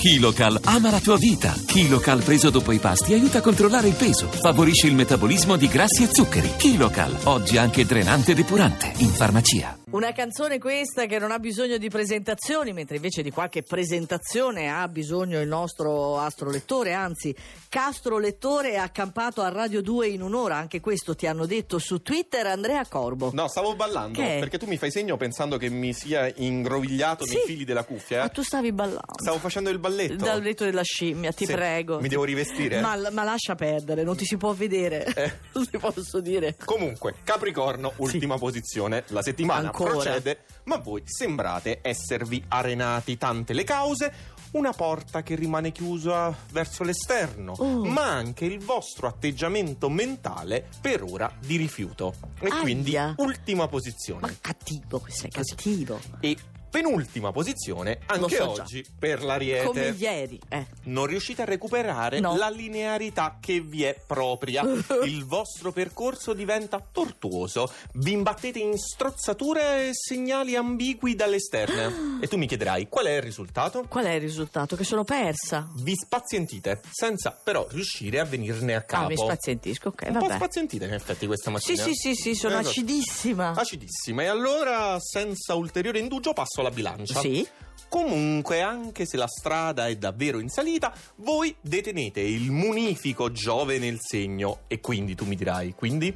KiloCal ama la tua vita. KiloCal preso dopo i pasti aiuta a controllare il peso, favorisce il metabolismo di grassi e zuccheri. KiloCal, oggi anche drenante e depurante, in farmacia. Una canzone questa che non ha bisogno di presentazioni, mentre invece di qualche presentazione ha bisogno il nostro astrolettore, anzi castrolettore, è accampato a Radio 2 in un'ora, anche questo ti hanno detto su Twitter. Andrea Corbo. No, stavo ballando, perché tu mi fai segno pensando che mi sia ingrovigliato nei fili della cuffia. Ma tu stavi ballando. Stavo facendo il balletto. Il balletto della scimmia, ti prego. Mi devo rivestire? Ma lascia perdere, non ti si può vedere. Non ti posso dire. Comunque, Capricorno, ultima posizione. La settimana Ancora procede, ma voi sembrate esservi arenati tante le cause. Una porta che rimane chiusa verso l'esterno, ma anche il vostro atteggiamento mentale per ora di rifiuto. E quindi ultima posizione. Ma cattivo, questo è cattivo. E penultima posizione anche oggi per l'Ariete. Come ieri. Non riuscite a recuperare la linearità che vi è propria. Il vostro percorso diventa tortuoso. Vi imbattete in strozzature e segnali ambigui dall'esterno. E tu mi chiederai, qual è il risultato? Qual è il risultato? Che sono persa. Vi spazientite, senza però riuscire a venirne a capo. Mi spazientisco, ok, vabbè. Un po' spazientita in effetti questa mattina. Sì, sono acidissima. Acidissima. E allora, senza ulteriore indugio, passo alla bilancia. Sì. Comunque, anche se la strada è davvero in salita, voi detenete il munifico Giove nel segno. E quindi tu mi dirai, quindi?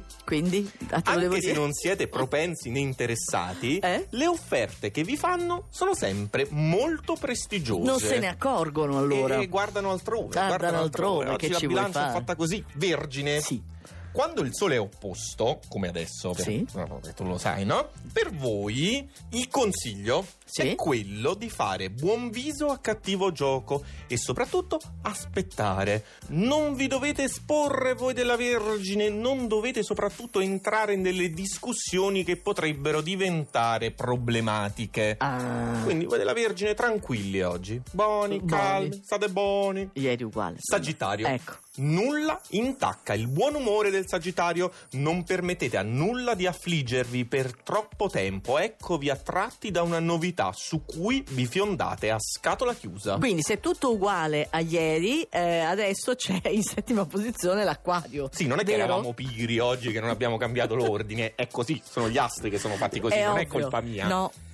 Anche se non siete propensi né interessati, le offerte che vi fanno sono sempre molto prestigiose. Non se ne accorgono allora. E guardano altrove. Oggi che la bilancia è fatta così, Vergine. Sì. Quando il sole è opposto, come adesso, tu lo sai, no? Per voi il consiglio è quello di fare buon viso a cattivo gioco e soprattutto aspettare. Non vi dovete esporre voi della Vergine, non dovete soprattutto entrare in delle discussioni che potrebbero diventare problematiche. Quindi voi della Vergine tranquilli oggi, buoni, calmi, state buoni. Ieri uguale. Sagittario. Ecco. Nulla intacca il buon umore del Sagittario, non permettete a nulla di affliggervi per troppo tempo, eccovi attratti da una novità su cui vi fiondate a scatola chiusa. Quindi se è tutto uguale a ieri, adesso c'è in settima posizione l'Acquario. Sì, non è che eravamo pigri oggi che non abbiamo cambiato l'ordine, è così, sono gli astri che sono fatti così, non è colpa mia.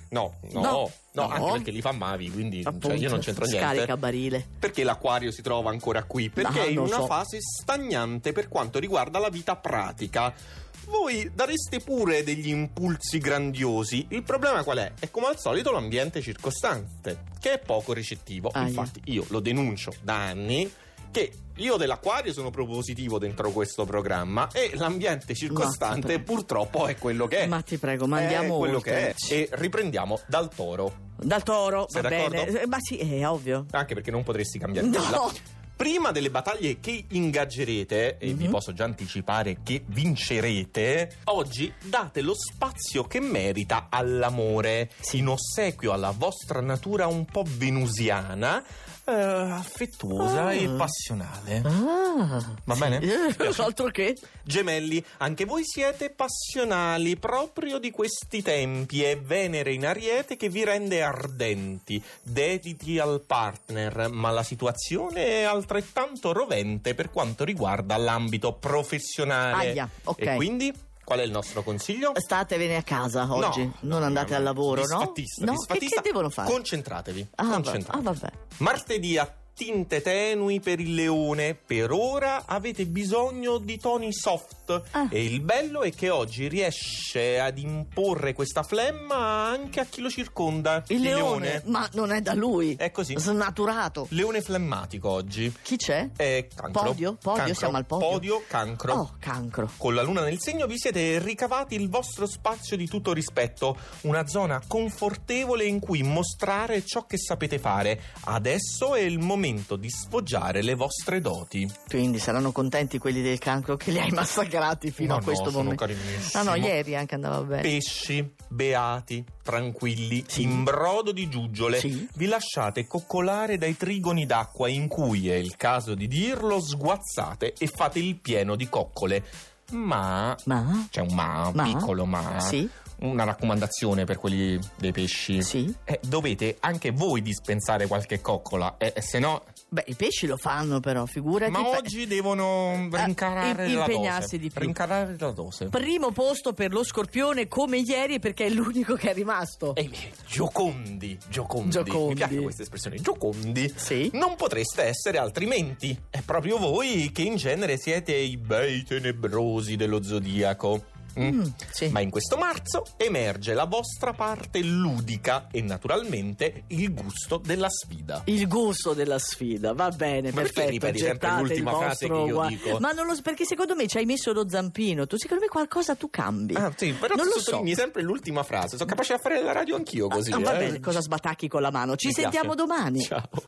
No, anche perché li fa Mavi, quindi io non c'entro niente. Scarica barile. Perché l'Acquario si trova ancora qui? Perché è in una fase stagnante per quanto riguarda la vita pratica. Voi dareste pure degli impulsi grandiosi. Il problema qual è? È come al solito l'ambiente circostante, che è poco ricettivo. Infatti io lo denuncio da anni che io dell'Acquario sono propositivo dentro questo programma e l'ambiente circostante purtroppo è quello che è. Ma ti prego, ma andiamo quello oltre. che è. E riprendiamo dal Toro. Dal Toro, sei va d'accordo? Bene. Ma sì, è ovvio. Anche perché non potresti cambiare nulla. Prima delle battaglie che ingaggerete, e vi posso già anticipare che vincerete, oggi date lo spazio che merita all'amore, in ossequio alla vostra natura un po' venusiana, affettuosa e passionale. Va bene? Altro che? Gemelli, anche voi siete passionali proprio di questi tempi. È Venere in Ariete che vi rende ardenti, dediti al partner, ma la situazione è altrettanto rovente per quanto riguarda l'ambito professionale. E quindi? Qual è il nostro consiglio? Statevene a casa oggi, non andate al lavoro, disfattista, no? Disfattista. Che devono fare? Concentratevi. Vabbè. Martedì a tinte tenui per il Leone. Per ora avete bisogno di toni soft. E il bello è che oggi riesce ad imporre questa flemma anche a chi lo circonda. Il Leone? Ma non è da lui. È così. Snaturato. Leone flemmatico oggi. Chi c'è? Cancro. Podio? Cancro. Siamo al podio. Podio, Cancro. Cancro. Con la luna nel segno vi siete ricavati il vostro spazio di tutto rispetto, una zona confortevole in cui mostrare ciò che sapete fare. Adesso è il momento di sfoggiare le vostre doti. Quindi saranno contenti quelli del Cancro che li hai massacrati fino a questo momento. No, ieri anche andava bene. Pesci, beati, tranquilli, in brodo di giuggiole, vi lasciate coccolare dai trigoni d'acqua in cui, è il caso di dirlo, sguazzate e fate il pieno di coccole. Ma c'è un piccolo ma. una raccomandazione per quelli dei pesci. Sì. Dovete anche voi dispensare qualche coccola, se no... Beh, i pesci lo fanno però, figurati. Ma oggi devono rincarare la impegnarsi dose. di più. Rincarare la dose. Primo posto per lo scorpione come ieri, perché è l'unico che è rimasto. Giocondi. Mi piace questa espressione, giocondi. Sì. Non potreste essere altrimenti. È proprio voi che in genere siete i bei tenebrosi dello zodiaco. Sì. Ma in questo marzo emerge la vostra parte ludica e naturalmente il gusto della sfida. Il gusto della sfida, va bene, Ma perfetto. perché ripeti sempre gettate l'ultima il frase vostro che io dico? Ma non lo so, perché secondo me ci hai messo lo zampino. Tu, secondo me qualcosa tu cambi. Ah, sì, però non tu lo sottolinei sempre l'ultima frase. Sono capace di fare la radio anch'io così. Va bene, cosa sbatacchi con la mano. Ci Mi sentiamo piace. domani. Ciao.